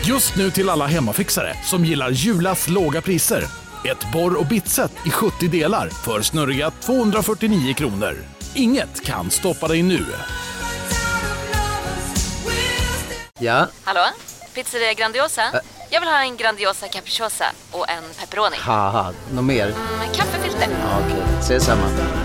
Just nu till alla hemmafixare som gillar Julas låga priser. Ett borr- och bitset i 70 delar för snurriga 249 kronor. Inget kan stoppa dig nu. Ja? Hallå? Pizzeria Grandiosa? Jag vill ha en Grandiosa capriciosa och en pepperoni. Haha, något mer? Kaffefilter. Ja, okej, ses samma.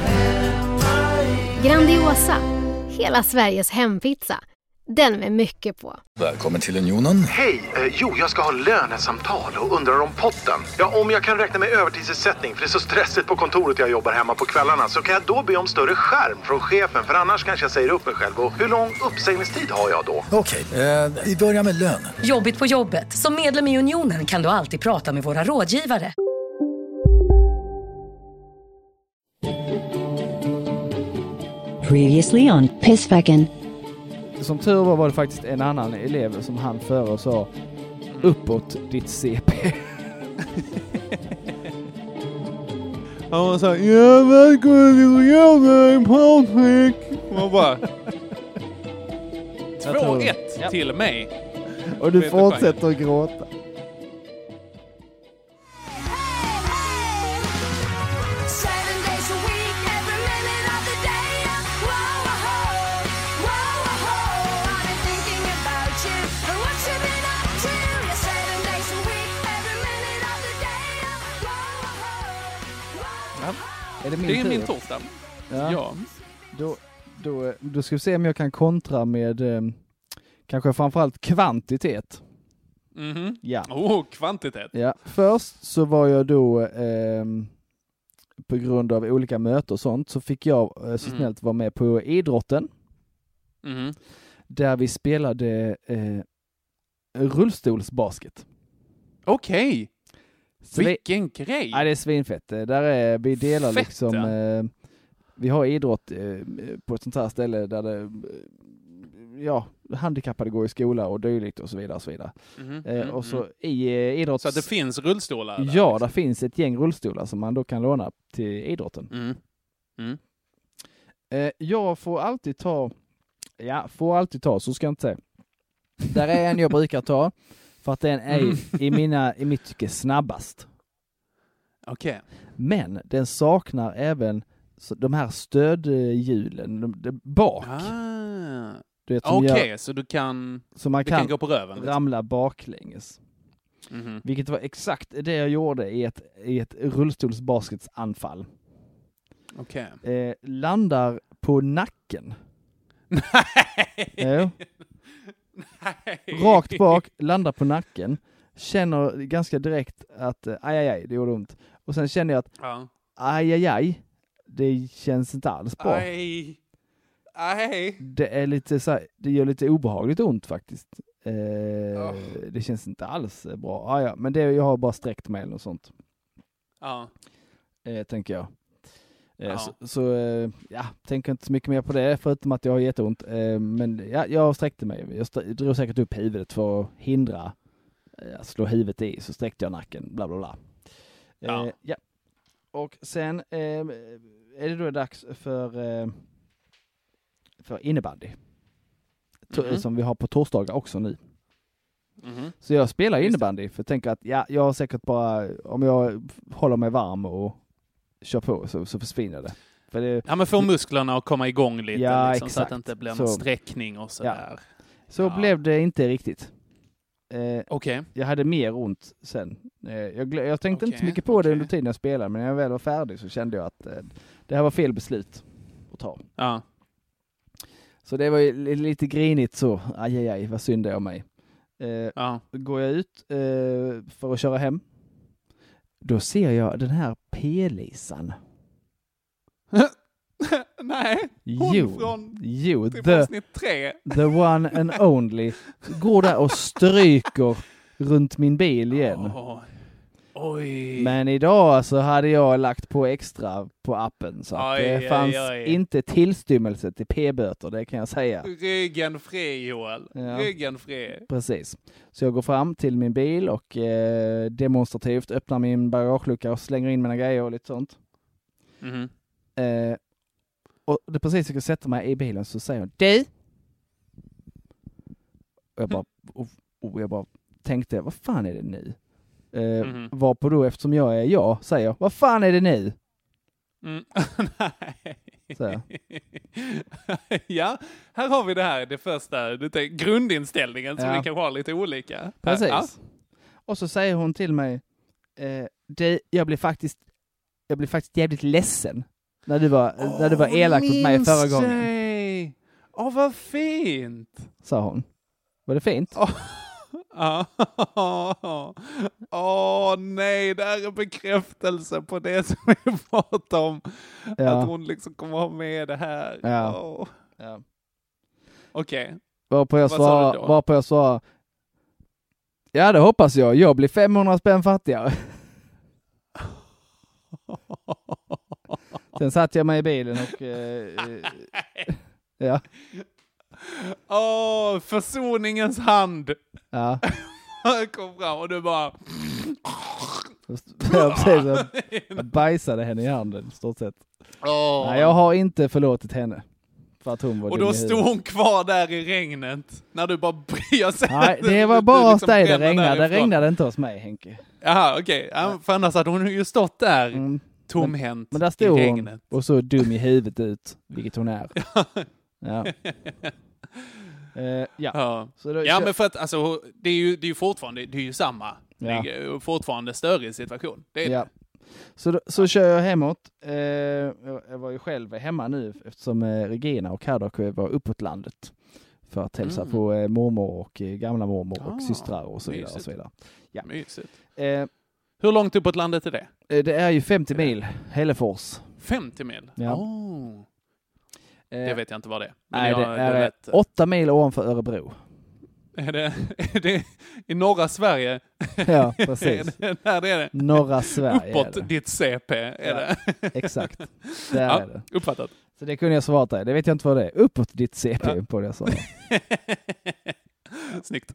Grandiosa, hela Sveriges hempizza. Den med mycket på. Välkommen till Unionen. Hej, jag ska ha lönesamtal och undrar om potten. Ja, om jag kan räkna med övertidsersättning för det är så stressigt på kontoret jag jobbar hemma på kvällarna, så kan jag då be om större skärm från chefen, för annars kanske jag säger upp mig själv. Och hur lång uppsägningstid har jag då? Okej, vi börjar med lön. Jobbigt på jobbet. Som medlem i Unionen kan du alltid prata med våra rådgivare. Previously on Pisswagon. Som tur var det faktiskt en annan elev som han före och sa uppåt ditt CP. Han var såhär, ja välkommen till jobben, Patrik. Man bara 2-1 till mig. Och du fortsätter att gråta. Det är min torsdag. Ja. Då ska vi se om jag kan kontra med kanske framförallt kvantitet. Mhm. Ja. Kvantitet. Ja. Först så var jag då på grund av olika möten och sånt så fick jag så snällt vara med på idrotten. Mhm. Där vi spelade rullstolsbasket. Okej. Vilken grej. Ja, det är svinfett. Där är vi delar Fett, liksom vi har idrott på ett sånt här ställe där det handikappade går i skola och dylikt och så vidare och så vidare. Och så i idrott så att det finns rullstolar där, ja, där finns ett gäng rullstolar som man då kan låna till idrotten. Jag får alltid ta så ska jag inte säga. Där är en jag brukar ta för att den är i mitt tycke snabbast. Okej. Men den saknar även de här stödhjulen bak. Okej, så du kan kan gå på röven. Ramla baklänges. Vilket var exakt det jag gjorde i ett rullstolsbasketsanfall. Okej. Landar på nacken. Nej. Rakt bak, landar på nacken. Känner ganska direkt att aj, det gjorde ont. Och sen känner jag att aj, det känns inte alls bra. Aj. Det är lite så här, det gör lite obehagligt ont faktiskt. Det känns inte alls bra. Men jag har bara sträckt mig eller något sånt. Tänker jag. Tänker inte så mycket mer på det förutom att jag har jätteont. Men jag sträckte mig. Jag drog säkert upp huvudet för att hindra att slå huvudet i. Så sträckte jag nacken. Bla bla bla. Ja. Och sen är det då dags för innebandy. Som vi har på torsdagar också nu. Så jag spelar innebandy för jag tänker att jag har säkert bara, om jag håller mig varm och kör på så försvinner det. För det men få musklerna att komma igång lite liksom, exakt. Så att det inte blir någon sträckning och sådär. Så blev det inte riktigt. Okej. Jag hade mer ont sen. Jag tänkte inte så mycket på det under tiden jag spelade, men när jag väl var färdig så kände jag att det här var fel beslut att ta. Ja. Så det var ju lite grinigt så. Aj, vad synd det är om mig. Går jag ut för att köra hem. Då ser jag den här P-Lisan. Nej, Jo, avsnitt 3. The one and only. Går där och stryker runt min bil igen. Oj. Men idag så hade jag lagt på extra på appen så att det fanns inte tillstymmelse till p-böter, det kan jag säga. Ryggen fri, Joel. Ja. Ryggen fri. Precis. Så jag går fram till min bil och demonstrativt öppnar min bagagelucka och slänger in mina grejer och lite sånt. Och det precis jag sätter mig i bilen så säger hon, du? Och jag bara tänkte jag, vad fan är det nu? Varpå då, eftersom jag är jag, säger, vad fan är det nu? Nej. Så. Ja, här har vi det första grundinställningen som vi kanske har lite olika. Precis. Ja. Och så säger hon till mig, jag blev faktiskt jävligt ledsen när du var elak mot mig förra gången. Vad fint! Sa hon. Var det fint? Nej, det här är bekräftelse på det som vi pratar om. Ja. Att hon liksom kommer ha med det här. Ja. Okej. Varpå jag svarar, ja, det hoppas jag. Jag blir 500 spänn fattigare. Sen satt jag mig i bilen och ja. Försoningens hand. Ja. Kom fram och du bara... Jag bajsade henne i handen, stort sett. Nej, jag har inte förlåtit henne. För att hon var och då stod hon kvar där i regnet. När du bara bryr. Nej, det var bara hos dig det regnade. Det regnade inte hos mig, Henke. Jaha, okej. Ja, för annars hade hon ju stått där tomhänt men där stod i regnet. Hon och så dum i huvudet ut, vilket hon är. Ja. Så då, men för att alltså, det är ju fortfarande, det är ju samma. Det är ju fortfarande större situation. Det är Så kör jag hemåt. Jag var ju själv hemma nu eftersom Regina och Kadok var uppåt landet för att hälsa på mormor och gamla mormor och systrar och så vidare. Och så vidare. Ja. Mysigt. Hur långt uppåt landet är det? Det är ju 50 mil, Hällefors. 50 mil? Ja. Det vet jag inte vad det är. Nej, det är 8 mil ovanför Örebro. Är det i norra Sverige? Ja, precis. Där är det. Norra Sverige. Uppåt ditt CP är det. Exakt. Där är det. Uppfattat. Så det kunde jag svara dig. Det vet jag inte vad det är. Uppåt ditt CP på det jag sa. Snyggt.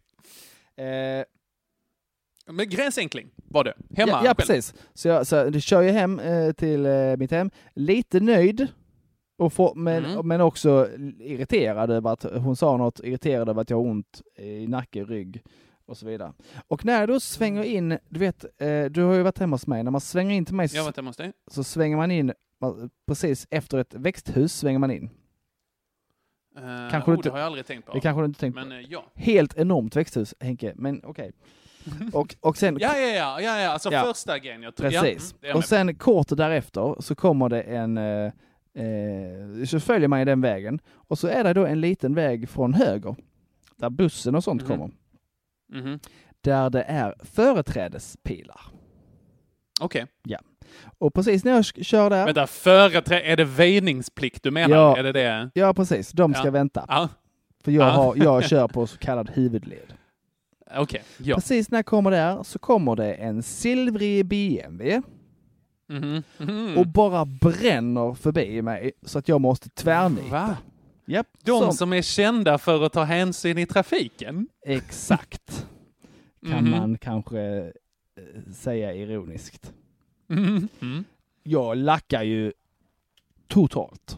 Men gränsänkling var det. Hemma. Ja, precis. Så jag kör ju hem till mitt hem. Lite nöjd. Men också irriterad över att hon sa något, irriterad över att jag har ont i nacke, rygg och så vidare. Och när jag då svänger in, du vet, du har ju varit hemma hos mig, när man svänger in till mig jag har varit hemma hos dig. Så svänger man in precis efter ett växthus svänger man in. Det har jag aldrig tänkt på. Det kanske du inte tänkt på. Men, ja. Helt enormt växthus, Henke, men okej. Och sen alltså första grejen jag tror. Precis. Och sen kort därefter så kommer det en så följer man ju den vägen och så är det då en liten väg från höger där bussen och sånt kommer. Där det är företrädespilar. Okej. Ja. Och precis när jag kör där... Vänta, är det väjningsplikt du menar? Ja, är det? Ja, precis. De ska vänta. Ja. För jag kör på så kallad huvudled. Okej. Ja. Precis när jag kommer där så kommer det en silvrig BMW. Och bara bränner förbi mig så att jag måste tvärnita. Va? Yep, de som är kända för att ta hänsyn i trafiken? Exakt. Kan man kanske säga ironiskt. Jag lackar ju totalt.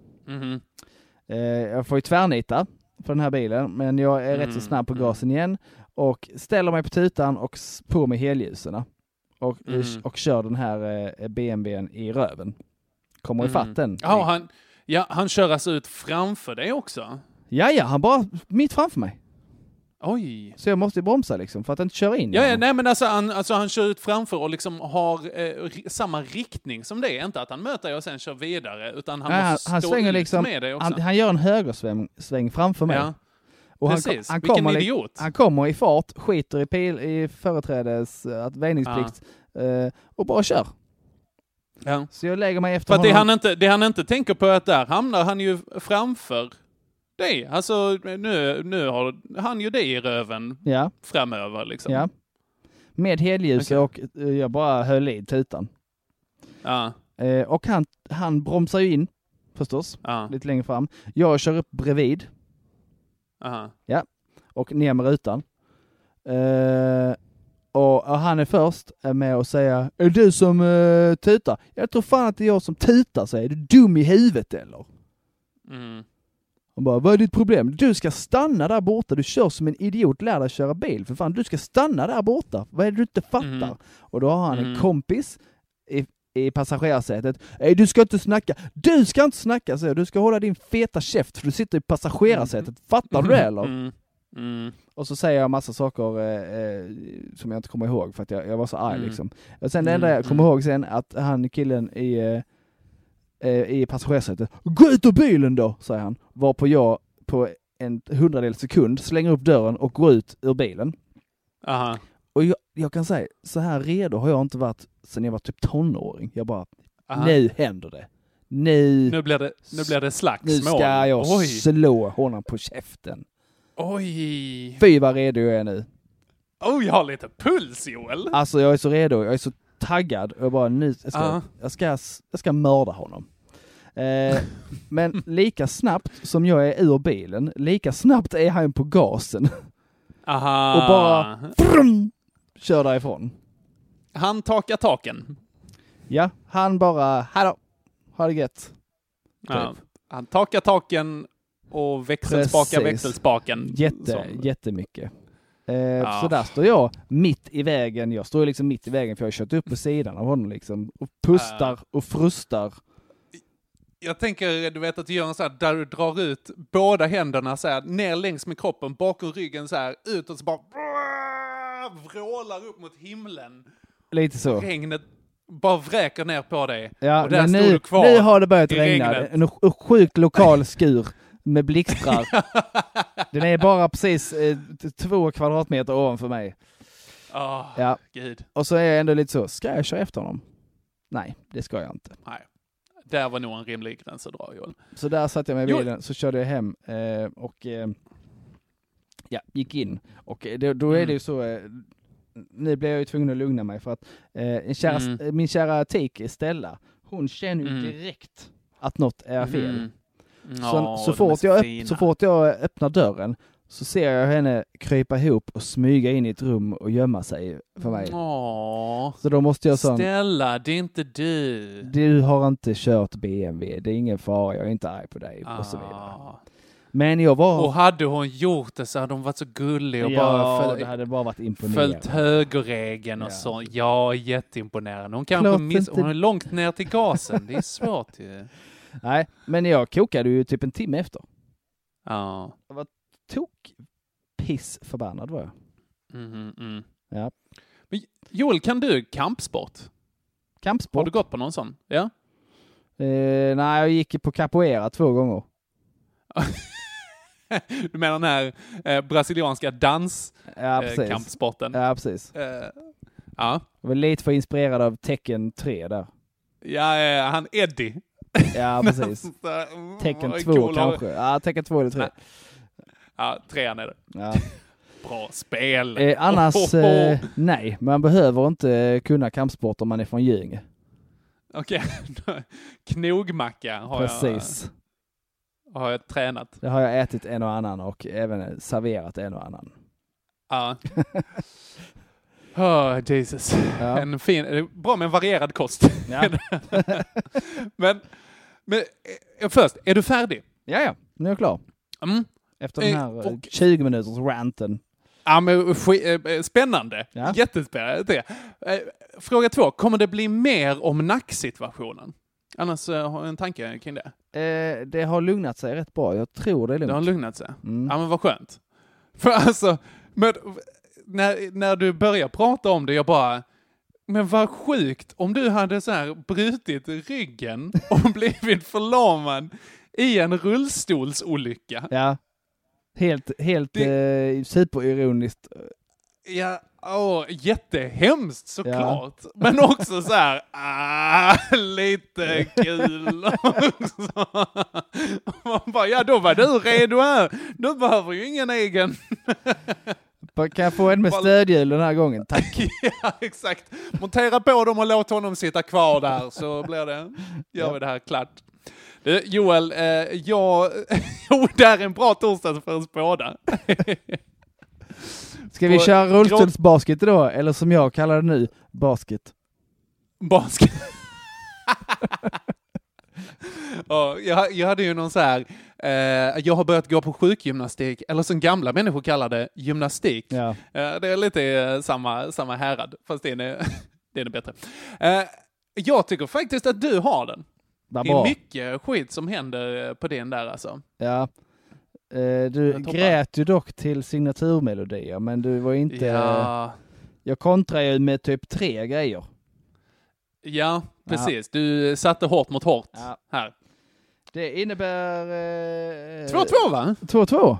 Jag får ju tvärnita för den här bilen, men jag är rätt så snabb på gasen igen och ställer mig på tutan och på med helljuserna. Och kör den här BMWn i röven. Kommer i fatt den. Han kör alltså ut framför dig också? Ja, han bara mitt framför mig. Oj. Så jag måste bromsa liksom för att inte köra in. Nej, men alltså han kör ut framför och liksom har samma riktning som det. Inte att han möter dig och sen kör vidare, utan han måste han stå svänger ut liksom, med dig också. Han gör en högersväng framför mig. Ja. Och precis. Han Vilken kommer, idiot. Han kommer i fart, skiter i företrädes vägningsplikt och bara kör. Ja. Så jag lägger mig efter för att honom. Det han inte tänker på är att där hamnar han ju framför dig. Alltså nu har han ju det i röven framöver liksom. Ja. Med helljus och jag bara höll i tutan. Ja. Och han bromsar ju in förstås lite längre fram. Jag kör upp bredvid. Aha. Ja. Och ner med rutan. Och han är först med att säga, är du som tutar? Jag tror fan att det är jag som tutar, säger. Är du dum i huvudet eller? Han bara, vad är ditt problem? Du ska stanna där borta. Du kör som en idiot. Lär dig köra bil. För fan, du ska stanna där borta. Vad är det du inte fattar? Och då har han en kompis i passagerarsätet. Du ska inte snacka. Du ska inte snacka, så du ska hålla din feta käft för du sitter i passagerarsätet. Fattar du det eller? Och så säger jag massa saker som jag inte kommer ihåg för att jag var så arg liksom. Och sen det enda jag kommer ihåg sen att han killen i passagerarsätet, gå ut ur bilen då, säger han. Varpå jag på en 100-del sekund slänger upp dörren och går ut ur bilen. Aha. Och jag kan säga, så här redo har jag inte varit sedan jag var typ tonåring. Jag bara, nu händer det. Nu blir det slagsmål. Nu ska jag slå honom på käften. Oj! Fy vad redo jag är nu. Jag har lite puls, Joel. Alltså jag är så redo, jag är så taggad. Och bara nu, jag ska mörda honom. Men lika snabbt som jag är ur bilen, lika snabbt är han på gasen. Aha. Och bara kör därifrån. Han takar taken. Ja, han bara, hallå, ha det gett. Ja, han takar taken och växelspakar växelspaken. Jättemycket. Så där står jag mitt i vägen. Jag står liksom mitt i vägen för jag har kört upp på sidan av honom liksom. Och pustar och frustar. Jag tänker, du vet att du gör en så här där du drar ut båda händerna så här ner längs med kroppen, bakom ryggen så här ut och så bara vrålar upp mot himlen. Lite så. Regnet bara vräker ner på dig. Ja, och där men står du kvar. Nu har det börjat regna. Regnet. En sjukt lokal skur med blixtrar. Den är bara precis 2 kvadratmeter ovanför mig. Ja. Gud. Och så är jag ändå lite så, ska jag köra efter honom? Nej, det ska jag inte. Nej. Där var nog en rimlig gräns att dra, Joel. Så där satt jag med bilen, så körde jag hem och gick in. Och då är det ju så, nu blev jag ju tvungen att lugna mig för att min kära Tiki Stella, hon känner ju direkt att något är fel. Så fort jag öppnar dörren så ser jag henne krypa ihop och smyga in i ett rum och gömma sig för mig. Så då måste jag Stella, det är inte du. Du har inte kört BMW. Det är ingen fara, jag är inte arg på dig och så vidare. Men jag var... Och hade hon gjort det så hade hon varit så gullig och det hade bara varit imponerande. Följt högerregeln och så. Ja, jätteimponerande. Hon kanske hon är långt ner till gasen. Det är svårt ju. Nej, men jag kokade ju typ en timme efter. Ja. Jag var pissförbannad var jag. Ja. Men Joel, kan du kampsport? Kampsport? Har du gått på någon sån? Ja. Nej, jag gick på capoeira 2 gånger. Du menar den här brasilianska danskampsporten? Ja, precis. Ja. Jag var lite för inspirerad av Tekken 3 där. Ja, han Eddie. Ja, precis. Tekken 2 cool kanske. Ja, Tekken 2 eller 3. Ja, 3 är det. Ja. Bra spel. Annars, nej. Man behöver inte kunna kampsport om man är från Gynge. Okej. Knogmacka har jag tränat. Det har jag ätit en och annan och även serverat en och annan. Ja. Jesus. Ja. En fin, bra med en varierad kost. Ja. men först, är du färdig? Ja. Nu är jag klar. Efter den här 20 minuters ranten. Ja, men spännande. Ja. Jättespännande. Fråga 2. Kommer det bli mer om nacksituationen? Annars har jag en tanke kring det. Det har lugnat sig rätt bra. Jag tror det är lugnt. Det har lugnat sig? Ja, men vad skönt. För alltså, när du börjar prata om det, jag bara... Men vad sjukt om du hade så här brutit ryggen och blivit förlamad i en rullstolsolycka. Ja. Helt superironiskt. Ja, jättehemskt såklart. Ja. Men också så här, lite kul också. Man bara, då var du redo här. Du behöver ju ingen egen. Kan jag få en med stödhjul den här gången? Tack. Ja, exakt. Montera på dem och låt honom sitta kvar där så blir det. Gör vi det här klart. Joel, det är en bra torsdag för oss båda. Ska vi köra rullstolsbasket idag? Eller som jag kallar det nu, basket. Och jag hade ju någon så här, jag har börjat gå på sjukgymnastik, eller som gamla människor kallar det, gymnastik. Ja. Det är lite samma härad, fast det är bättre. Jag tycker faktiskt att du har den. Det är mycket skit som händer på den där alltså. Ja. Du grät ju dock till signaturmelodier, men du var inte... Ja. Jag kontrar ju med typ 3 grejer. Ja, precis. Ja. Du satte hårt mot hårt här. Det innebär... 2-2 va? 2-2.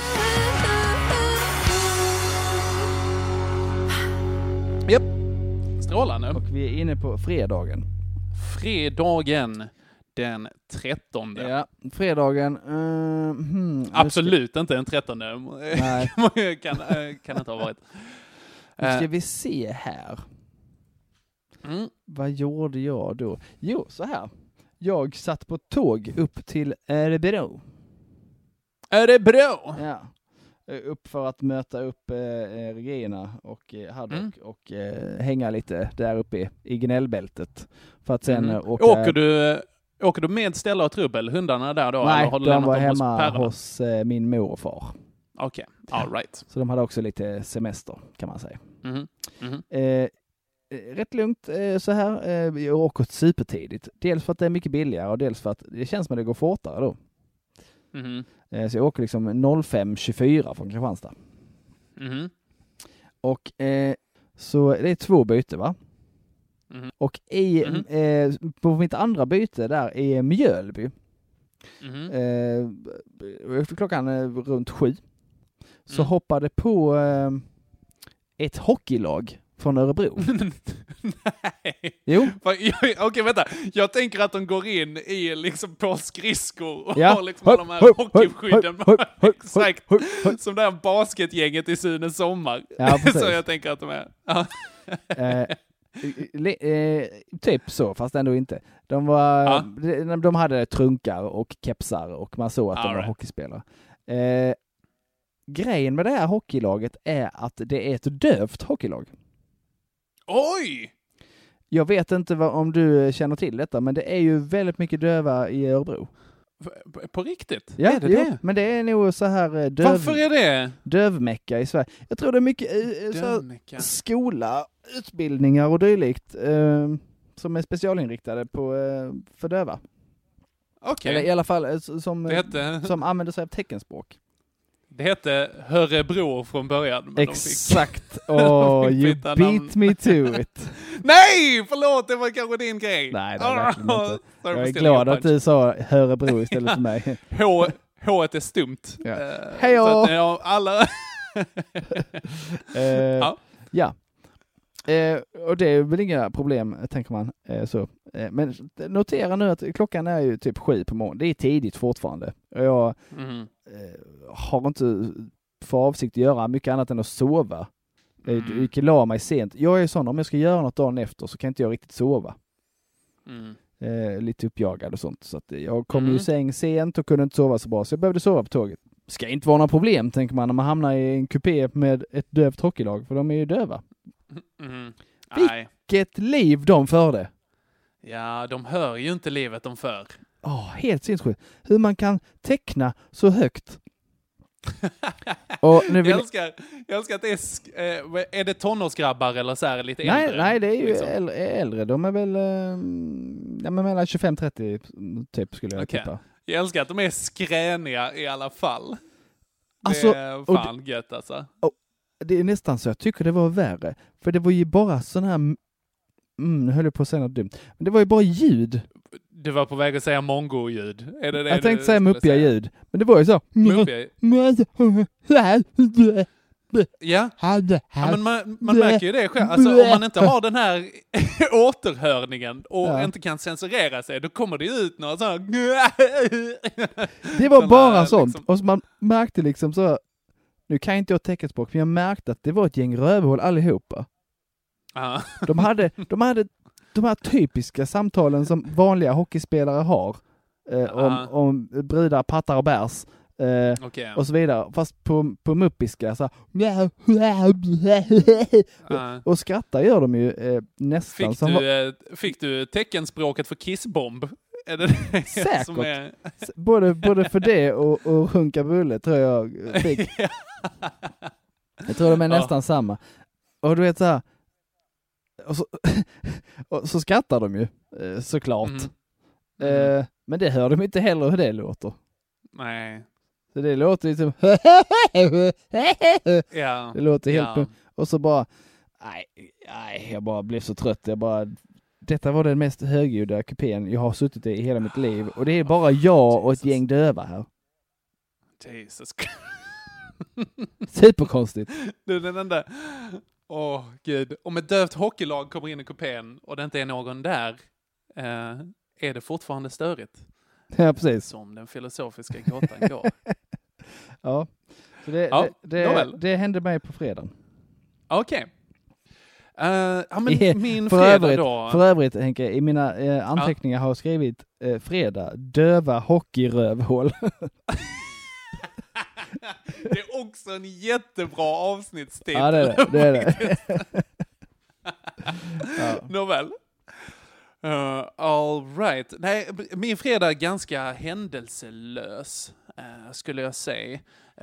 Japp. Strålande. Och vi är inne på fredagen. Fredagen den 13. Ja, fredagen. Absolut inte den 13. Nej. kan inte ha varit. Nu ska vi se här. Vad gjorde jag då? Jo, så här. Jag satt på tåg upp till Örebro. Örebro? Ja. Upp för att möta upp Regina och Haddock och hänga lite där uppe i gnällbältet. För att sen åka... Åker du med ställa och trubbel, hundarna där då? Nej, eller har du de var hemma hos min mor och far. Okej, all right. Så de hade också lite semester, kan man säga. Rätt lugnt så här. Jag åker supertidigt. Dels för att det är mycket billigare och dels för att det känns som att det går fortare då. Så jag åker liksom 05.24 från Kristianstad. Och så det är 2 byte va? Och på mitt andra byte där i Mjölby. Klockan runt 7. Så hoppade på ett hockeylag från Örebro. Nej. Jo. Okej, vänta. Jag tänker att de går in i liksom på skridskor och ja. har liksom de här hockeyskydden. Exakt. Som det här basketgänget i Sunes sommar. Ja, så jag tänker att de är. Typ så, fast ändå inte. De hade trunkar och kepsar och man såg att de var hockeyspelare. Grejen med det här hockeylaget är att det är ett dövt hockeylag. Oj! Jag vet inte om du känner till detta, men det är ju väldigt mycket döva i Örebro. På riktigt? Ja, är det? Men det är nog så här Varför är det? Dövmecka i Sverige. Jag tror det är mycket skola, utbildningar och dylikt som är specialinriktade på för döva. Okej. Eller i alla fall som använder sig av teckenspråk. Det hette Hörebro från början. Men exakt. You beat me to it. Nej, förlåt, det var kanske din grej. Nej, det är verkligen inte. Jag är glad att du sa Hörebro istället för mig. H är stumt. Ja. Hejå! Alla... Ja. Och det är väl inga problem, tänker man. Men notera nu att klockan är ju typ 7 på morgonen. Det är tidigt fortfarande. Och jag har inte för avsikt att göra mycket annat än att sova. Jag la mig sent. Jag är sån, om jag ska göra något dagen efter så kan inte jag riktigt sova. Lite uppjagad och sånt. Så att jag kom ju i säng sent och kunde inte sova så bra. Så jag behövde sova på tåget. Ska inte vara några problem, tänker man, när man hamnar i en kupé med ett dövt hockeylag. För de är ju döva. Vilket liv de förde. Ja, de hör ju inte livet de för. Helt sinnessjukt. Hur man kan teckna så högt. Och nu jag älskar att det är det tonårsgrabbar eller så här lite äldre? Nej, det är ju liksom äldre. De är väl mellan 25-30 typ skulle jag tippa. Jag älskar att de är skräniga i alla fall. Alltså, det är fan gött alltså. Det är nästan så jag tycker det var värre. För det var ju bara sån här... nu höll jag på att säga något dumt. Men det var ju bara ljud. Du var på väg att säga mongo-ljud. Är det jag tänkte säga muppiga ljud. Men det var ju så... Ja, men man märker ju det själv. Alltså, om man inte har den här återhörningen och inte kan censurera sig, då kommer det ut några så här... Det var bara sånt. Liksom. Och så man märkte liksom så... Nu kan inte jag teckenspråk, men jag märkte att det var ett gäng rövhål allihopa. De hade de här typiska samtalen som vanliga hockeyspelare har. Om brudar, pattar och bärs. Och så vidare. Fast på muppiska så och skratta gör de ju nästan. Fick du teckenspråket för kissbomb Är det säkert. Som är... Både för det och runka bulle tror jag fick. Jag tror de är nästan samma. Och du vet så här. Och så skrattar de ju såklart. Men det hör de inte heller hur det låter. Nej. Så det låter ju som ja. Det låter helt och så bara nej, jag bara blev så trött. Detta var den mest högljudda kupén jag har suttit i hela mitt liv. Och det är bara jag och ett gäng döva här. Jesus. Superkonstigt. Du, den enda... gud. Om ett dövt hockeylag kommer in i kupén och det inte är någon där, är det fortfarande störigt. Ja, precis. Som den filosofiska gåtan går. Ja. Så det hände mig på fredagen. Okej. Min fredag då... För övrigt, Henke, i mina anteckningar har jag skrivit fredag, döva hockeyrövhål. Det är också en jättebra avsnittstitel. Ja, det är det. Ja. Nåväl. All right. Nej, min fredag är ganska händelselös, skulle jag säga.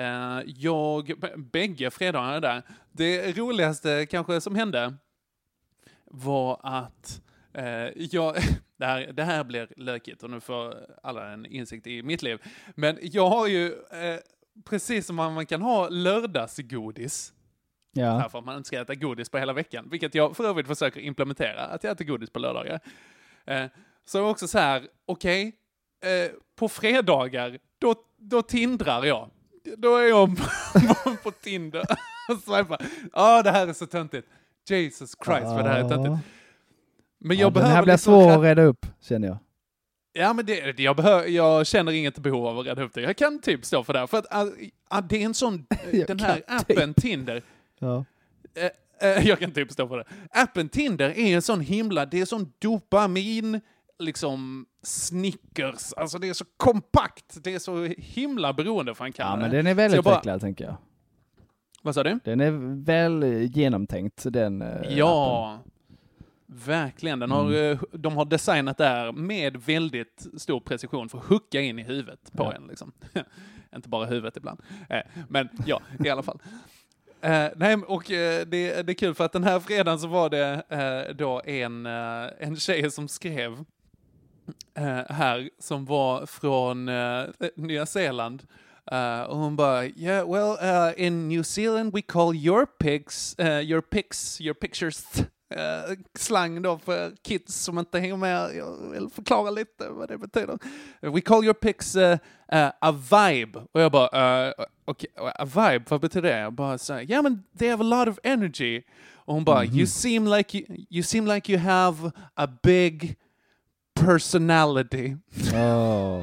Bägge fredagarna där. Det roligaste kanske som hände var att det här blir lökigt och nu får alla en insikt i mitt liv. Men jag har ju, precis som man kan ha lördagsgodis. Ja. För att man inte ska äta godis på hela veckan. Vilket jag för övrigt försöker implementera. Att jag äter godis på lördagar. Så också så här, okej. På fredagar, då tindrar jag. Då är jag på Tinder. Det här är så töntigt. Jesus Christ, vad det här är töntigt. Men jag behöver... Det här blir svårt att reda upp, känner jag. Ja, men jag känner inget behov av att reda upp det. Jag kan typ stå för det här. För att det är en sån... den här appen Tinder... Ja. Jag kan typ stå för det. Appen Tinder är en sån det är sån dopamin, liksom Snickers. Alltså det är så kompakt. Det är så himla beroende för en kan. Ja, men den är väl utvecklad, tänker jag. Vad sa du? Den är väl genomtänkt, den appen. Verkligen. De har designat där med väldigt stor precision för att hooka in i huvudet på en. Liksom. Inte bara huvudet ibland. Men ja, i alla fall. Nej, och det är kul för att den här fredagen så var det då en tjej som skrev här som var från Nya Zeeland. Och hon bara, yeah, well, in New Zealand we call your pictures slang då för kids som inte hänger med. Jag vill förklara lite vad det betyder. We call your pics a vibe. Och jag bara, okay, a vibe, vad betyder det? Jag bara så yeah, men they have a lot of energy. Och hon bara, you seem like you have a big personality. Oh.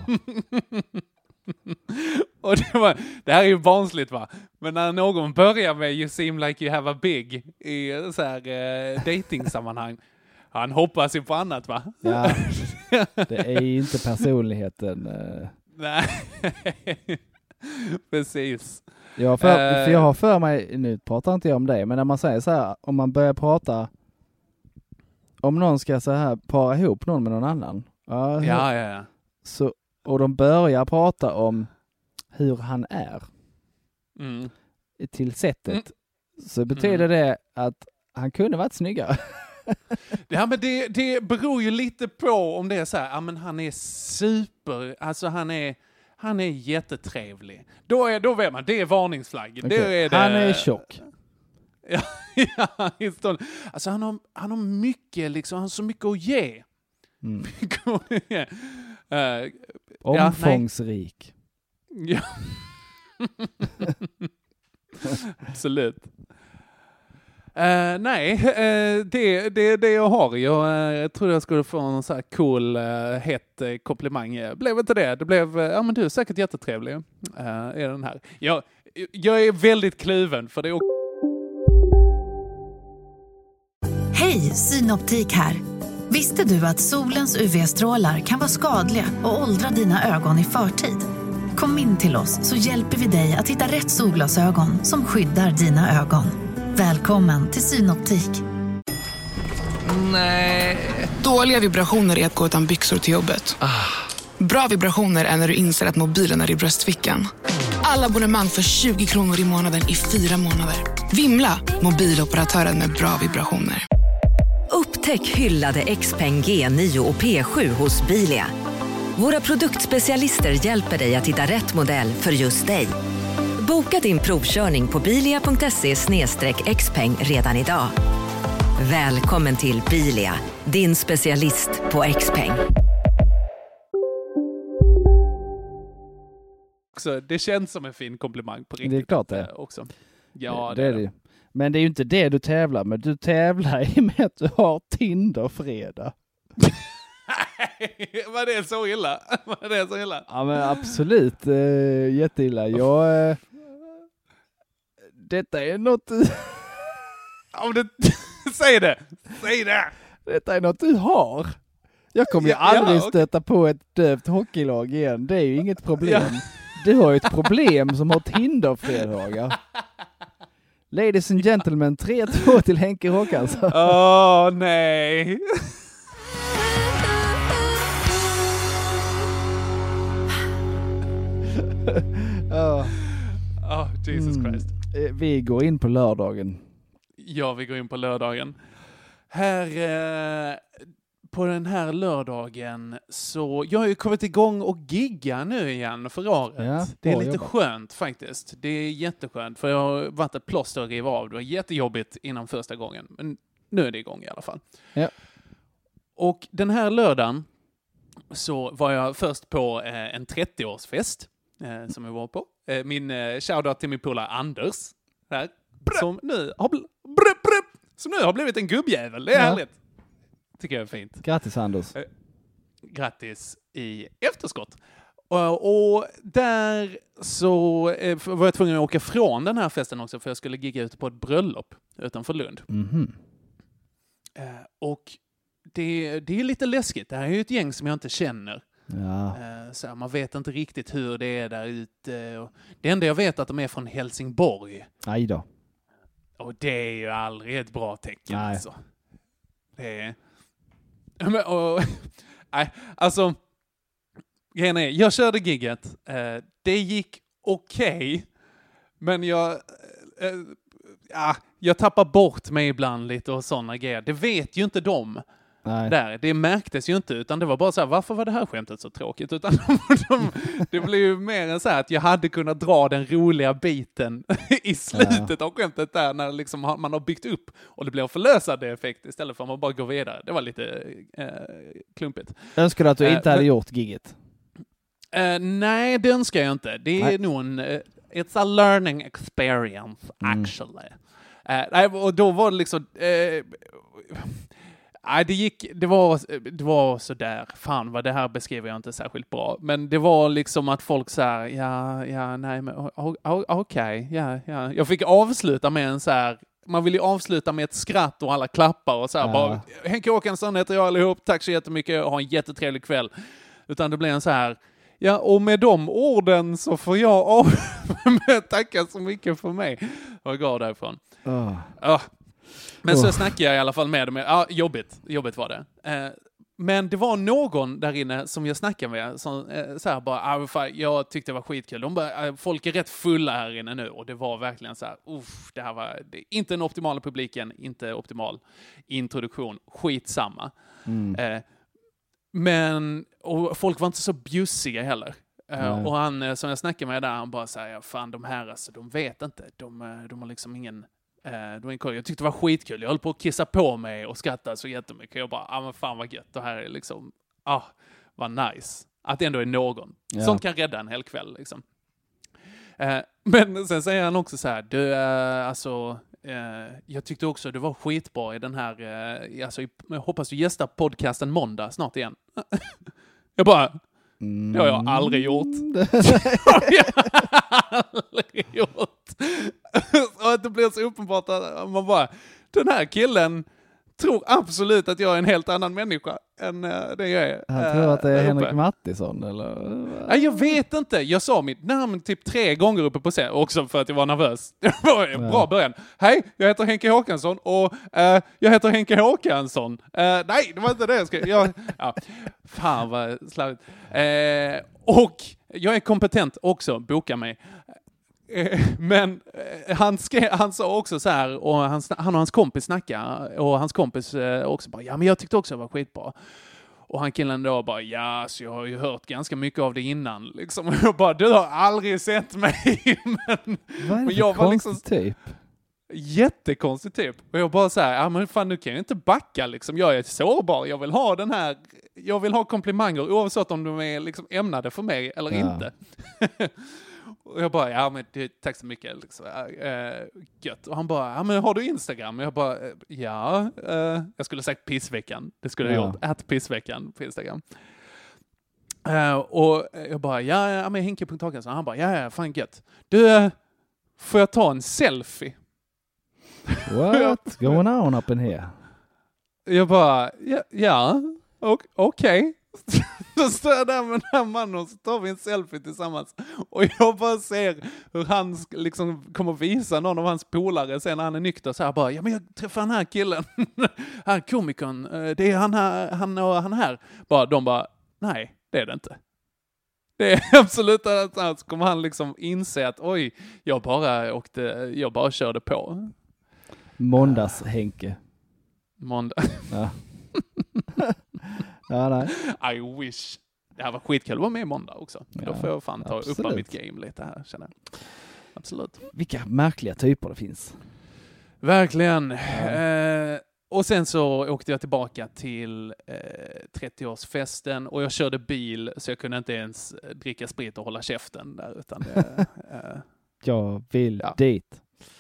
Och det här är ju barnsligt, va? Men när någon börjar med you seem like you have a big i så här dating-sammanhang, han hoppas ju på annat, va? Ja, det är ju inte personligheten. Nej, precis. För jag har för mig, nu pratar inte jag om det, men när man säger så här, om man börjar prata, om någon ska så här para ihop någon med någon annan. Ja. Så, och de börjar prata om hur han är till sättet, så betyder det att han kunde varit snyggare. Ja, men det beror ju lite på om det är så här, ja, men han är super, alltså han är jättetrevlig. Då vet man, det är varningsflagg. Okay. Han är tjock. Ja, alltså han har mycket, liksom, han har så mycket att ge. Omfångsrik. Ja. Absolut. Nej, det är det jag har. Jag trodde jag skulle få en så här cool, hett komplimang. Blev inte det? Det blev, ja men du är säkert jättetrevlig. Är den här. Jag är väldigt kluven för det är. Hej, Synoptik här. Visste du att solens UV-strålar kan vara skadliga och åldra dina ögon i förtid? Kom in till oss så hjälper vi dig att hitta rätt solglasögon som skyddar dina ögon. Välkommen till Synoptik. Nej. Dåliga vibrationer är att gå utan byxor till jobbet. Bra vibrationer är när du inser att mobilen är i bröstfickan. Alla abonnemang för 20 kronor i månaden i 4 månader. Vimla! Mobiloperatören med bra vibrationer. Upptäck hyllade XPeng G9 och P7 hos Bilia. Våra produktspecialister hjälper dig att hitta rätt modell för just dig. Boka din provkörning på bilia.se/xpeng redan idag. Välkommen till Bilia, din specialist på XPeng. Det känns som en fin komplimang på riktigt. Det är klart det. Också. Ja, det är det. Men det är ju inte det du tävlar med. Du tävlar i med att du har Tinder-fredag. Var det så illa? Var det så illa? Ja, men absolut. Jätteilla. Detta är något... Säg det! Säg det! Detta är något du har. Jag kommer ju aldrig stöta på ett dövt hockeylag igen. Det är ju inget problem. Ja. Du har ju ett problem som har Tinder-fredagar. Ladies and gentlemen, 3-2 till Henke Håkansson. Nej. Jesus Christ. Vi går in på lördagen. Ja, vi går in på lördagen. På den här lördagen så jag har ju kommit igång och gigga nu igen för året. Ja, det är lite skönt faktiskt. Det är jätteskönt för jag har varit ett plåster att riva av. Det var jättejobbigt innan första gången. Men nu är det igång i alla fall. Ja. Och den här lördagen så var jag först på en 30-årsfest som jag var på. Min shoutout till min polare Anders här, som nu har blivit en gubbjävel. Det är härligt. Tycker jag är fint. Grattis Anders. Grattis i efterskott. Och där så var jag tvungen att åka från den här festen också för jag skulle gigga ute på ett bröllop utanför Lund. Mm-hmm. Och det är lite läskigt. Det här är ju ett gäng som jag inte känner. Ja. Så man vet inte riktigt hur det är där ute. Det enda jag vet är att de är från Helsingborg. Aj då. Och det är ju aldrig ett bra tecken. Nej. Alltså. Det är... Nej, alltså grejen är, jag körde gigget. Det gick okej. Men jag tappar bort mig ibland lite och sådana grejer. Det vet ju inte de. Nej. Där. Det märktes ju inte, utan det var bara så här, varför var det här skämtet så tråkigt? Utan det blev ju mer än så här att jag hade kunnat dra den roliga biten i slutet av skämtet där när liksom man har byggt upp och det blir förlösande effekt istället för att man bara går vidare. Det var lite klumpigt. Önskar du att du inte hade gjort gigget? Nej, det önskar jag inte. Det är nog it's a learning experience actually. Och då var det liksom... Nej, det var så där. Fan, vad det här beskriver jag inte särskilt bra. Men det var liksom att folk så här, nej, men okej. Jag fick avsluta med en så här, man vill ju avsluta med ett skratt och alla klappar och så här, bara, Henke Håkansson heter jag allihop, tack så jättemycket, ha en jättetrevlig kväll. Utan det blev en så här, och med de orden så får jag tacka så mycket för mig. Och går därifrån. Men så snackade jag i alla fall med dem. Jobbigt var det. Men det var någon där inne som jag snackade med som så här bara, jag tyckte det var skitkul. De bara, folk är rätt fulla här inne nu. Och det var verkligen så här, det här var inte den optimala publiken, inte optimal introduktion. Skitsamma. Men, och folk var inte så bjussiga heller. Och han som jag snackade med där, han bara säger, fan de här alltså, de vet inte. De har liksom ingen... Jag tyckte det var skitkul. Jag höll på att kissa på mig och skratta så jättemycket. Jag bara, men fan vad gött. Det här är liksom, vad nice. Att det ändå är någon. Ja. Sånt kan rädda en hel kväll liksom. Men sen säger han också så här, jag tyckte också det var skitbra i den här, jag hoppas du gästar podcasten måndag snart igen. Jag bara, det har jag aldrig gjort. Och att det blir så uppenbart att man bara, den här killen tror absolut att jag är en helt annan människa än det jag är. Han tror att det är Henrik Mattisson eller? Nej, jag vet inte. Jag sa mitt namn typ 3 gånger uppe på scen. Också för att jag var nervös. Det var en bra början. Hej, jag heter Henke Håkansson och jag heter Henke Håkansson. Nej, det var inte det jag skrev. Fan vad slarvigt. Och jag är kompetent också, boka mig. Men han sa också så här, och han och hans kompis snackade, och hans kompis också bara, ja men jag tyckte också det var skitbra. Och han killen då bara, ja så jag har ju hört ganska mycket av det innan liksom. Och jag bara, du har aldrig sett mig. Vad är det för konstig typ? Jättekonstig typ. Och jag bara så här, ja men fan nu kan jag inte backa liksom. Jag är sårbar, jag vill ha den här, jag vill ha komplimanger oavsett om de är liksom ämnade för mig eller inte. Och jag bara, ja men tack så mycket liksom, gött. Och han bara, ja men har du Instagram? Och jag bara, ja, jag skulle sagt pissveckan. Det skulle jag gjort, @pissveckan på Instagram. Och jag bara, ja men Henke.Håkansson. Han bara, ja fan gött. Du, får jag ta en selfie? What's going on up in here? Jag bara, ja okej. Då står jag där med den här mannen och så tar vi en selfie tillsammans. Och jag bara ser hur han liksom kommer visa någon av hans polare sen när han är nykter. Så här bara, ja men jag träffar den här killen. Här komikern, det är han och han här. De bara, nej det är det inte. Det är absolut att så kommer han liksom inse att oj, jag bara körde på. Måndags Henke. Måndag. Ja. Ja, nej. I wish. Det här var skitkul att vara med i måndag också. Ja, då får jag fan ta upp mitt game lite här, känner jag. Absolut. Vilka märkliga typer det finns. Verkligen. Ja. Och sen så åkte jag tillbaka till 30-årsfesten och jag körde bil så jag kunde inte ens dricka sprit och hålla käften där. Utan jag vill dit.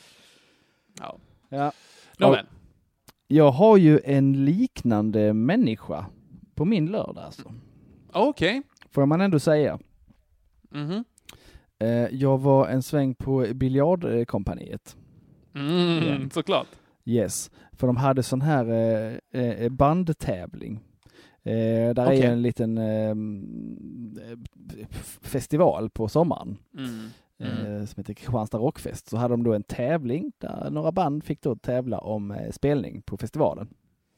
Ja. Jag har ju en liknande människa på min lördag alltså. Okej. Får man ändå säga. Mhm. Jag var en sväng på biljardkompaniet. Såklart. Yes. För de hade sån här bandtävling. Där är en liten festival på sommaren. Som heter Kristianstad Rockfest. Så hade de då en tävling där några band fick då tävla om spelning på festivalen.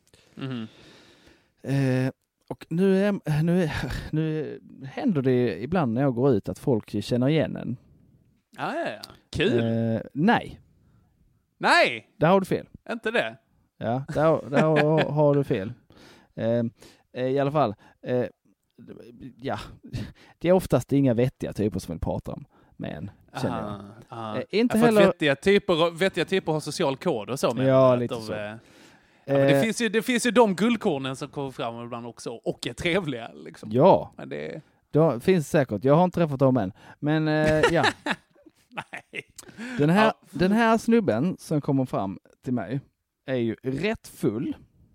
Och nu händer det ibland när jag går ut att folk känner igen en. Ja. Kul. Nej. Nej! Där har du fel. Inte det? Ja, där har du fel. I alla fall. Ja, det är oftast inga vettiga typer som vill prata om. Men känner jag. Inte heller vettiga typer har social kod och så. Men ja, lite så. Men det finns ju de guldkornen som kommer fram ibland också och är trevliga. Liksom. Ja, men det finns säkert. Jag har inte träffat dem än. Men ja. Nej. Den här snubben som kommer fram till mig är ju rätt full.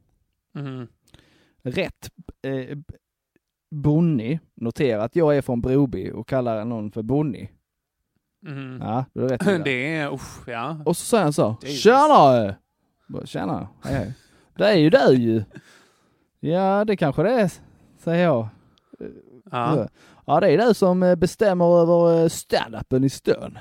Rätt bonnig. Notera att jag är från Broby och kallar någon för bonnig. Ja, det är rätt illa. Det är, ja. Och så säger han så, tjena, hej. Det är ju du ju. Ja, det kanske det är, säger jag. Ja, det är du som bestämmer över stand-upen i Stön.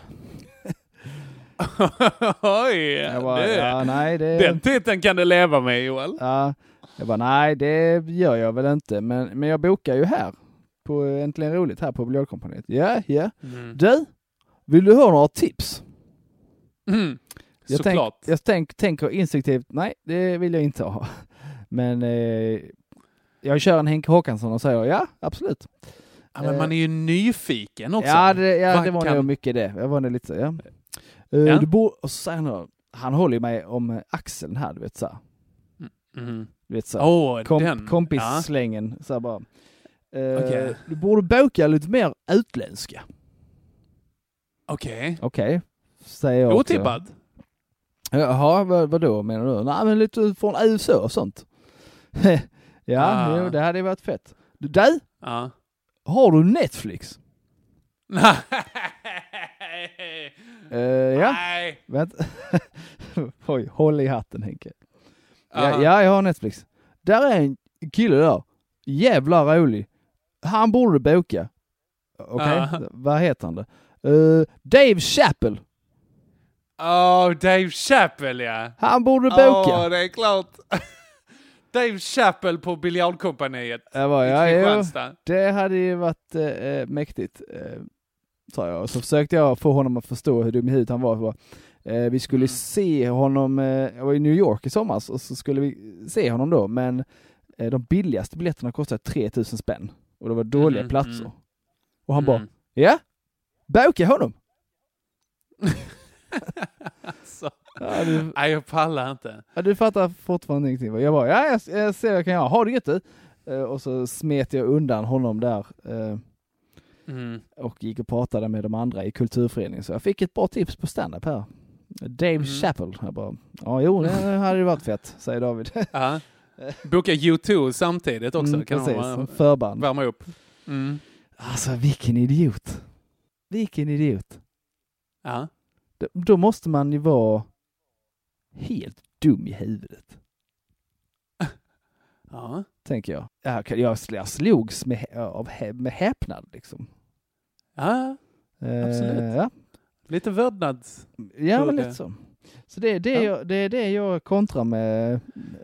Oj, den titeln kan du leva med, Joel. Ja, jag bara, nej, det gör jag väl inte. Men jag bokar ju här på Äntligen Roligt här på Biljardkompaniet. Ja. Du, vill du ha några tips? Jag tänker instinktivt, nej, det vill jag inte ha. Men jag kör en Henke Håkansson och säger, ja, absolut. Ja, men man är ju nyfiken också. Ja, det var nog mycket det. Jag var nog lite så, ja. Och så säger han håller ju mig om axeln här, du vet så. Du vet så. Kompis-slängen så bara. Du borde boka lite mer utländska. Okej. Säger jag. Otippad. Jaha, vadå menar du? Nej, men lite från USA och sånt. Det hade varit fett. Du? Har du Netflix? Nej. Ja. Vänta. Oj, håll i hatten, Henke. Ja, jag har Netflix. Där är en kille där. Jävla rolig. Han borde boka. Okej, vad heter han då? Dave Chappelle. Dave Chappelle, ja. Han borde boka. Det är klart. Dave Chappelle på biljardkompaniet. Det hade ju varit mäktigt, sa jag. Så försökte jag få honom att förstå hur dum i huvudet han var. Vi skulle se honom, jag var i New York i somras, och så skulle vi se honom då, men de billigaste biljetterna kostade 3000 spänn. Och det var dåliga platser. Och han bara, ja, boka honom. Alltså, jag pallar inte. Ja, du fattar fortfarande ingenting. Jag bara, jag ser vad jag kan göra. Ha det gött. Och så smet jag undan honom där. Och gick och pratade med de andra i kulturföreningen. Så jag fick ett bra tips på stand-up här. Dave Chappelle. Jag bara, det hade ju varit fett, säger David. Boka U2 samtidigt också. Kan precis, förband. Värma upp. Alltså, vilken idiot. Ja. Då måste man ju vara helt dum i huvudet. Ja. Tänker jag. Jag slogs med häpnad liksom. Ja, absolut. Ja. Lite vördnad. Ja, men lite så. Så det är det jag kontrar med.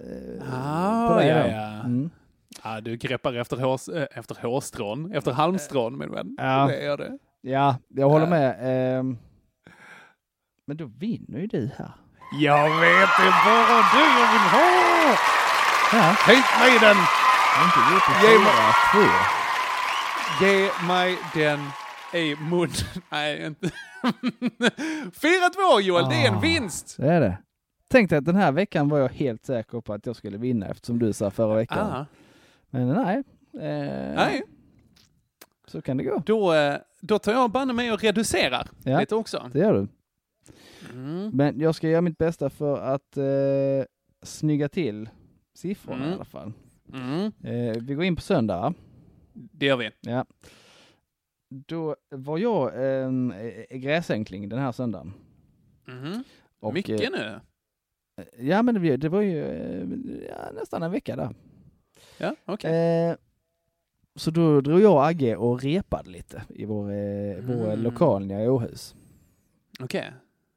Ja, du greppar efter hårstrån, efter halmstrån, min vän. Ja. Det är det. Ja, jag håller med. Men då vinner ju du här. Jag vet, det är bara du jag vill ha! Ja. Hit med den! Ge mig den i munnen. Nej, inte. 4-2, Joel, det är en vinst! Det är det. Tänkte att den här veckan var jag helt säker på att jag skulle vinna, eftersom du sa förra veckan. Men nej. Nej. Så kan det gå. Då tar jag banne med och reducerar lite också. Det gör du. Men jag ska göra mitt bästa för att snygga till siffrorna i alla fall. Vi går in på söndag. Det gör vi. Ja. Då var jag gräsänkling den här söndagen. Och, mycket nu? Ja, men det var ju nästan en vecka där. Ja, okej. Så då drog jag och Agge och repade lite i vår lokal nere i Åhus. Okej.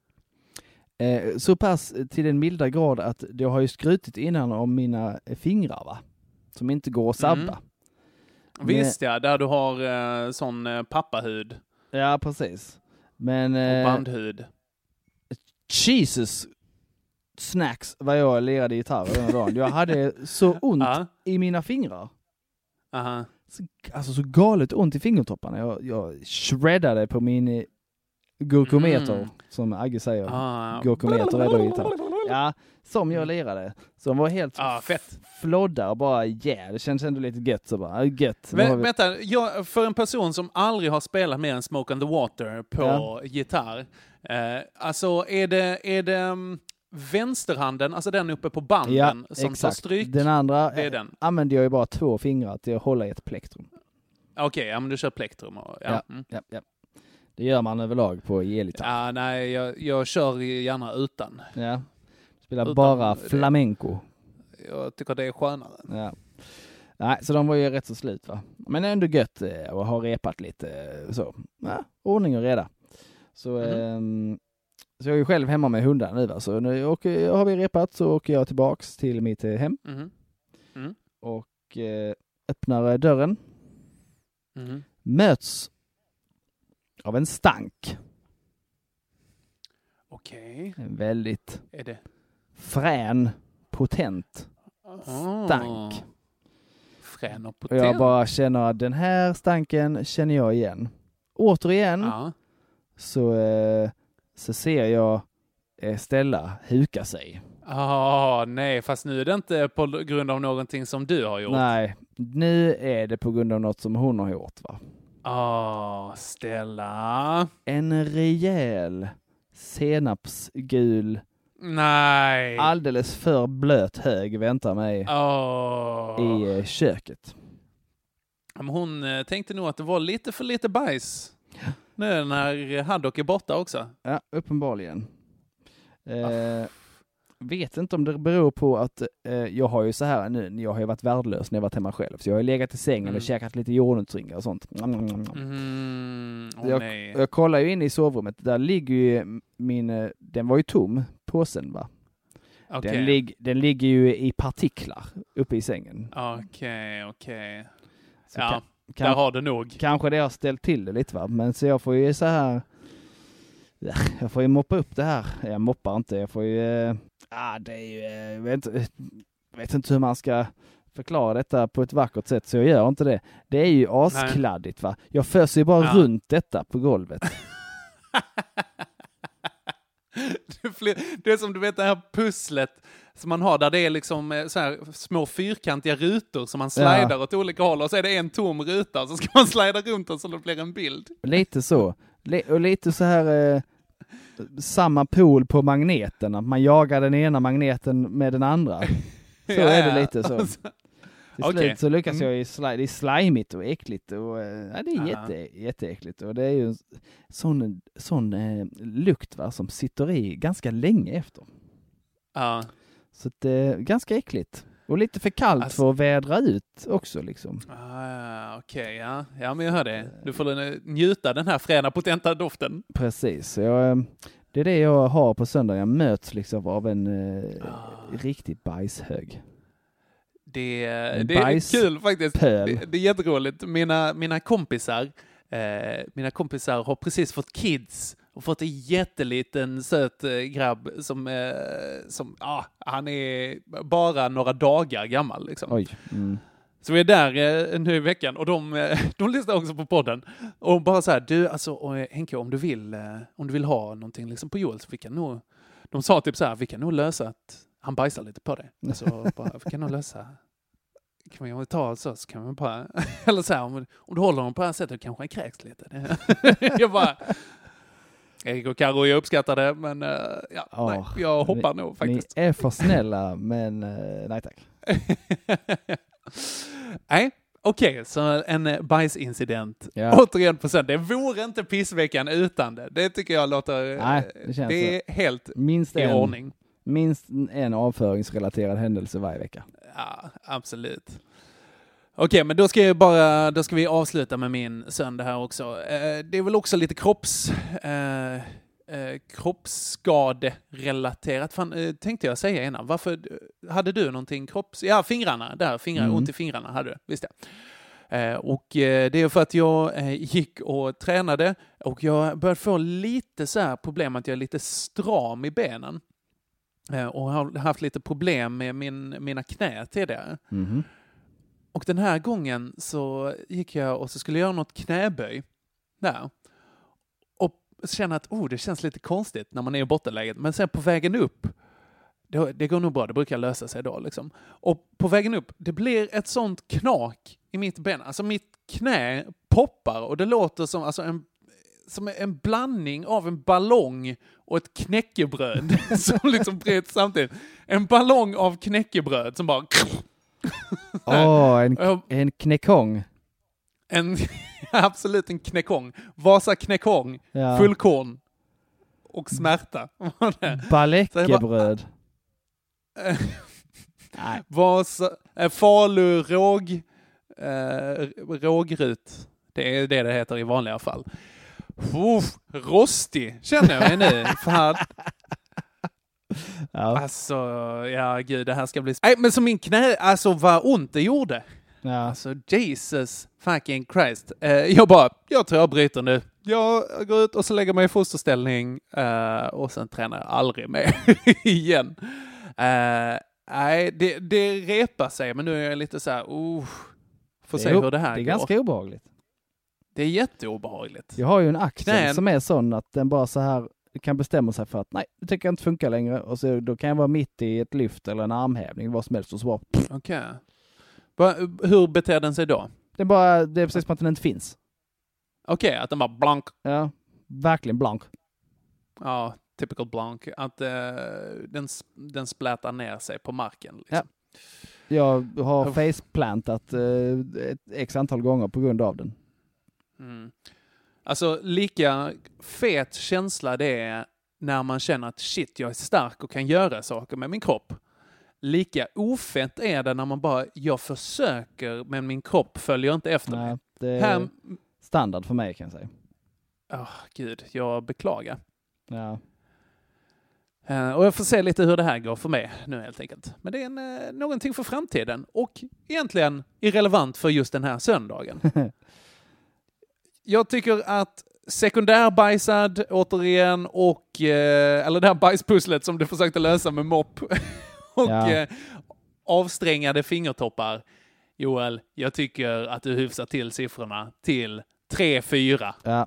Så pass till en milda grad att jag har ju skrutit innan om mina fingrar, va? Som inte går att sabba. Visst, ja. Där du har sån pappahud. Ja, precis. Men och bandhud. Jesus snacks vad jag lirade gitarr den dagen. Jag hade så ont i mina fingrar. Alltså så galet ont i fingertopparna. Jag shreddade på min gurkometer, som Agge säger. Gurkometer är då gitarr. Ja, som jag lirade. Så de var helt flodda och bara det känns ändå lite gött. Så bara, gött. Vänta, för en person som aldrig har spelat mer än Smoke on the Water på gitarr. Alltså är det vänsterhanden, alltså den uppe på banden som tar stryk? Den andra det är den. Använder jag ju bara 2 fingrar till att hålla i ett plektrum. Okej, men du kör plektrum. Ja. Det gör man överlag på elgitarr. Nej, jag kör gärna utan. Ja. Spelar bara flamenco. Jag tycker det är skönare. Ja. Nej, så de var ju rätt så slut, va? Men ändå gött och har repat lite så. Ja, ordning och reda. Så så jag är ju själv hemma med hundar nu, va? Så nu har vi repat, så åker jag tillbaks till mitt hem. Och öppnar dörren. Möts av en stank. Okej. En väldigt är det frän, potent stank. Frän och Och potent. jag bara känner att den här stanken känner jag igen. Återigen så ser jag Stella huka sig. Nej, fast nu är det inte på grund av någonting som du har gjort. Nej, nu är det på grund av något som hon har gjort, va? Stella. En rejäl senapsgul, alldeles för blöt hög väntar mig i köket. Men hon tänkte nog att det var lite för lite bajs. Nu när Haddock är borta också. Ja, uppenbarligen. vet inte om det beror på att jag har ju så här nu, jag har ju varit värdelös när jag varit hemma själv. Så jag har legat i sängen och käkat lite jordnötsringar och sånt. Jag kollar ju in i sovrummet. Där ligger ju den var ju tom, påsen va? Okay. Den ligger ju i partiklar uppe i sängen. Okej. Ja, där har du nog. Kanske det har ställt till det lite va? Men så jag får ju så här... Jag får ju moppa upp det här. Jag moppar inte. Jag får ju... det är ju... Jag vet inte hur man ska förklara detta på ett vackert sätt, så jag gör inte det. Det är ju askladdigt va? Jag föser ju bara runt detta på golvet. Det är som du vet det här pusslet som man har där det är liksom så här små fyrkantiga rutor som man slidar åt olika håll och så är det en tom ruta och så ska man slida runt och så det blir en bild. Lite så. Och lite så här samma pol på magneten. Att man jagar den ena magneten med den andra. Så är det lite så. Till slut så lyckas jag det är slimigt och äckligt och det är jätteäckligt och det är ju sån lukt va, som sitter i ganska länge efter. Så det är ganska äckligt och lite för kallt för att vädra ut också liksom. Okej, ja men jag hör det. Du får njuta den här fräna potenta doften. Precis. Det är det jag har på söndag. Jag möts liksom av en riktig bajshög. Det är kul faktiskt. Det är jätteroligt. Mina kompisar har precis fått kids och fått en jätteliten söt grabb som han är bara några dagar gammal liksom. Oj. Så vi är där nu i veckan och de lyssnar också på podden och bara så här, du alltså Henke, om du vill ha någonting liksom på Joel, så vi kan nog, de sa typ så här, vi kan nog lösa att han bajsar lite på det. Alltså bara, vi kan nog lösa, kan vi ta så kan man bara, eller så här, om du håller honom på det här sättet kanske han kräks lite. Jag bara, Erik och Karo, jag uppskattar det, men nej, jag hoppar nog faktiskt. Ni är för snälla, men nej tack. Nej, okej, så en bajsincident. Återigen på söndag. Det vore inte pissveckan utan det. Det tycker jag låter... Nej, det är helt i ordning. Minst en avföringsrelaterad händelse varje vecka. Ja, absolut. Okej, men då ska vi avsluta med min söndag här också. Det är väl också lite kroppsskaderelaterat. Tänkte jag säga innan. Varför hade du någonting fingrarna. Ont i fingrarna hade du, visst det. Och det är för att jag gick och tränade och jag började få lite så här problem att jag är lite stram i benen. Och har haft lite problem med mina knä tidigare. Och den här gången så gick jag och så skulle jag göra något knäböj där. Och känner att det känns lite konstigt när man är i bottenläget. Men sen på vägen upp, det går nog bra, det brukar lösa sig då liksom. Och på vägen upp, det blir ett sånt knak i mitt ben. Alltså mitt knä poppar och det låter som en blandning av en ballong och ett knäckebröd som liksom bryts samtidigt. En ballong av knäckebröd som bara... en knäckong. Absolut en knäckong. Vasa knäckong. Ja. Fullkorn. Och smärta. Baleckebröd. Vasa... Falu rågrut. Det är det heter i vanliga fall. Rostig känner jag mig nu. Alltså, gud, det här ska bli... Nej, men som min knä, alltså vad ont det gjorde. Ja. Alltså, Jesus fucking Christ. Jag tror jag bryter nu. Jag går ut och så lägger mig i fosterställning och sen tränar jag aldrig mer igen. Nej, det repar sig, men nu är jag lite så här, får se hur det här går. Det är ganska obehagligt. Det är jätteobehagligt. Jag har ju en axel som är sån att den bara så här kan bestämma sig för att nej, det tycker jag inte funkar längre. Och så då kan jag vara mitt i ett lyft eller en armhävning, vad som helst och så bara... Okej. Hur beter den sig då? Det är precis som att den inte finns. Okej, att den bara blank. Ja, verkligen blank. Ja, typical blank. Att den splätar ner sig på marken. Liksom. Ja. Jag har faceplantat ett x antal gånger på grund av den. Alltså lika fet känsla det är när man känner att shit, jag är stark och kan göra saker med min kropp. Lika ofett är det när man bara, jag försöker men min kropp följer inte efter mig. Det är standard för mig kan jag säga. Gud, jag beklagar. Ja. Och jag får se lite hur det här går för mig nu helt enkelt. Men det är någonting för framtiden och egentligen irrelevant för just den här söndagen. Jag tycker att sekundärbajsad återigen och eller det här bajspusslet som du försökte lösa med mopp och avsträngade fingertoppar. Joel, jag tycker att du hyfsar till siffrorna till 3-4. Ja.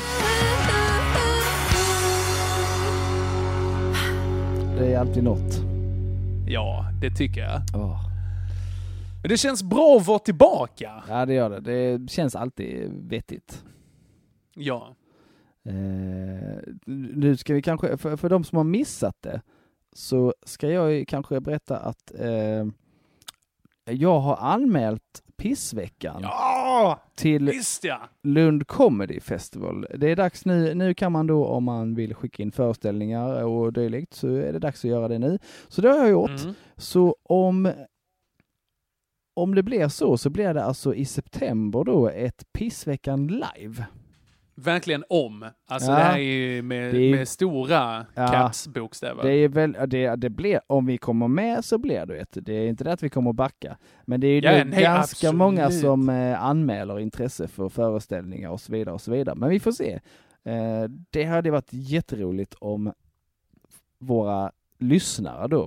Det är alltid något. Ja, det tycker jag. Men det känns bra att vara tillbaka. Ja, det gör det. Det känns alltid vettigt. Ja. Nu ska vi kanske, för de som har missat det, så ska jag kanske berätta att jag har anmält Pissveckan till Lund Comedy Festival. Det är dags nu kan man då, om man vill skicka in föreställningar och dylikt, så är det dags att göra det nu. Så det har jag gjort. Så om det blir så blir det alltså i september då ett Pissveckan live. Verkligen om. Alltså det här är ju med stora caps-bokstäver. Det är väl, det blir, om vi kommer med så blir det ett. Det är inte det att vi kommer att backa. Men det är ju ganska många som anmäler intresse för föreställningar och så vidare och så vidare. Men vi får se. Det hade varit jätteroligt om våra lyssnare då,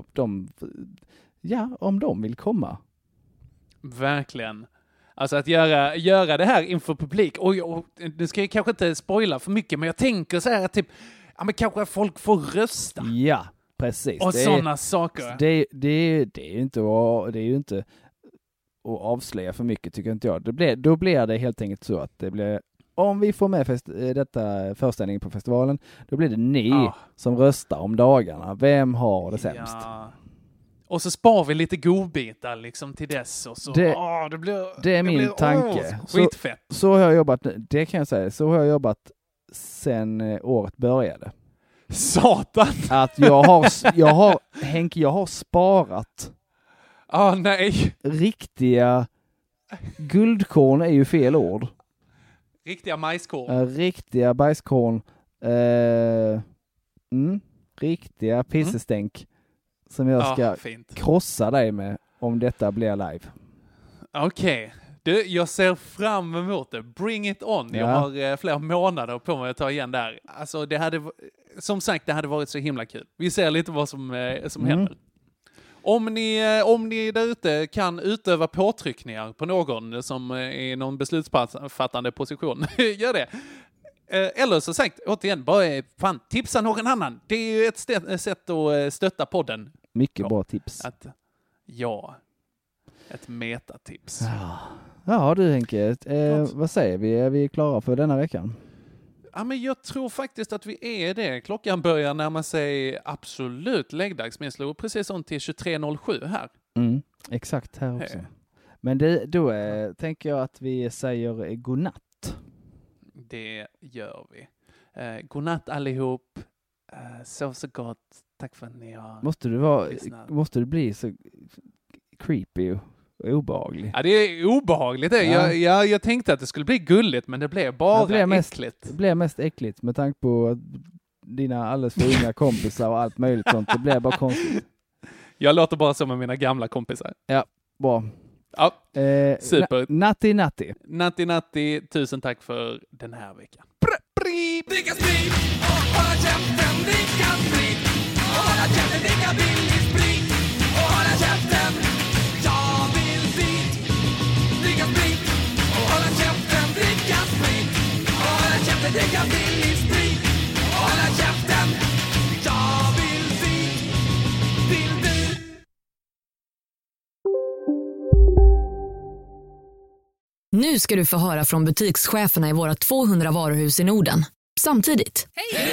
om de vill komma. Verkligen. Alltså att göra det här inför publik. Och nu ska jag kanske inte spoila för mycket, men jag tänker så här typ, men kanske folk får rösta. Ja, precis. Och sådana saker. Det är ju inte att avslöja för mycket, tycker inte jag. Då blir det helt enkelt så att det blir, om vi får med detta föreställningen på festivalen, då blir det ni som röstar om dagarna. Vem har det sämst? Ja. Och så spar vi lite godbitar liksom till dess. Och så, det är min tanke. Skitfett. Så har jag jobbat, det kan jag säga, så har jag jobbat sen året började. Satan! Att jag har sparat riktiga guldkorn är ju fel ord. Riktiga majskorn. Riktiga bajskorn. Riktiga pissestänk. Som jag ska krossa dig med om detta blir live. Okej. Du, jag ser fram emot det. Bring it on. Jag har flera månader på mig att ta igen där. Alltså det hade varit så himla kul. Vi ser lite vad som händer. Om ni där ute kan utöva påtryckningar på någon som är i någon beslutsfattande position, gör det. Eller så sagt, återigen, bara tipsa någon annan. Det är ju ett sätt att stötta podden. Mycket bra tips. Ett metatips. Ja du Henke, vad säger vi? Är vi klara för denna veckan? Ja, men jag tror faktiskt att vi är det. Klockan börjar närma sig absolut läggdags. Men jag slår precis om till 23.07 här. Exakt här också. Men då tänker jag att vi säger godnatt. Det gör vi. Godnatt allihop. Sov så gott. Tack för att ni har lyssnat. Måste du bli så creepy och obehaglig? Ja, det är obehagligt. Jag tänkte att det skulle bli gulligt, men det blev bara äckligt. Det blev mest äckligt med tanke på dina alldeles för unga kompisar och allt möjligt sånt. Det blev bara konstigt. Jag låter bara som med mina gamla kompisar. Ja, bra. Ja, super. Natti. Tusen tack för den här veckan. Dricka sprit och hålla käften. Dricka sprit och hålla käften. Dricka billig sprit och hålla käften. Jag vill dit. Dricka sprit och hålla käften. Dricka sprit och hålla käften. Dricka billig sprit och hålla käften. Jag vill dit. Vill du? Nu ska du få höra från butikscheferna i våra 200 varuhus i Norden. Samtidigt.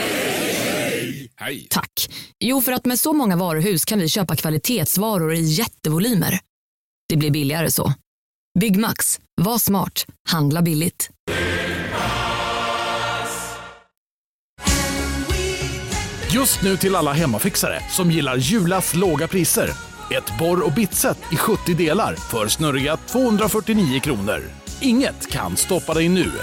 Hej! Tack. Jo, för att med så många varuhus kan vi köpa kvalitetsvaror i jättevolymer. Det blir billigare så. Byggmax. Var smart. Handla billigt. Just nu till alla hemmafixare som gillar Julas låga priser. Ett borr- och bitset i 70 delar för snurriga 249 kronor. Inget kan stoppa dig nu.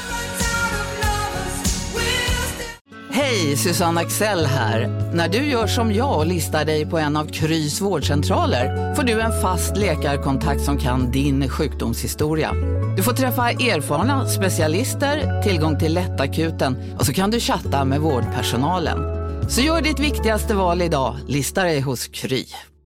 Hej, Susanne Axel här. När du gör som jag och listar dig på en av Krys vårdcentraler får du en fast läkarkontakt som kan din sjukdomshistoria. Du får träffa erfarna specialister, tillgång till lättakuten och så kan du chatta med vårdpersonalen. Så gör ditt viktigaste val idag, lista dig hos Kry.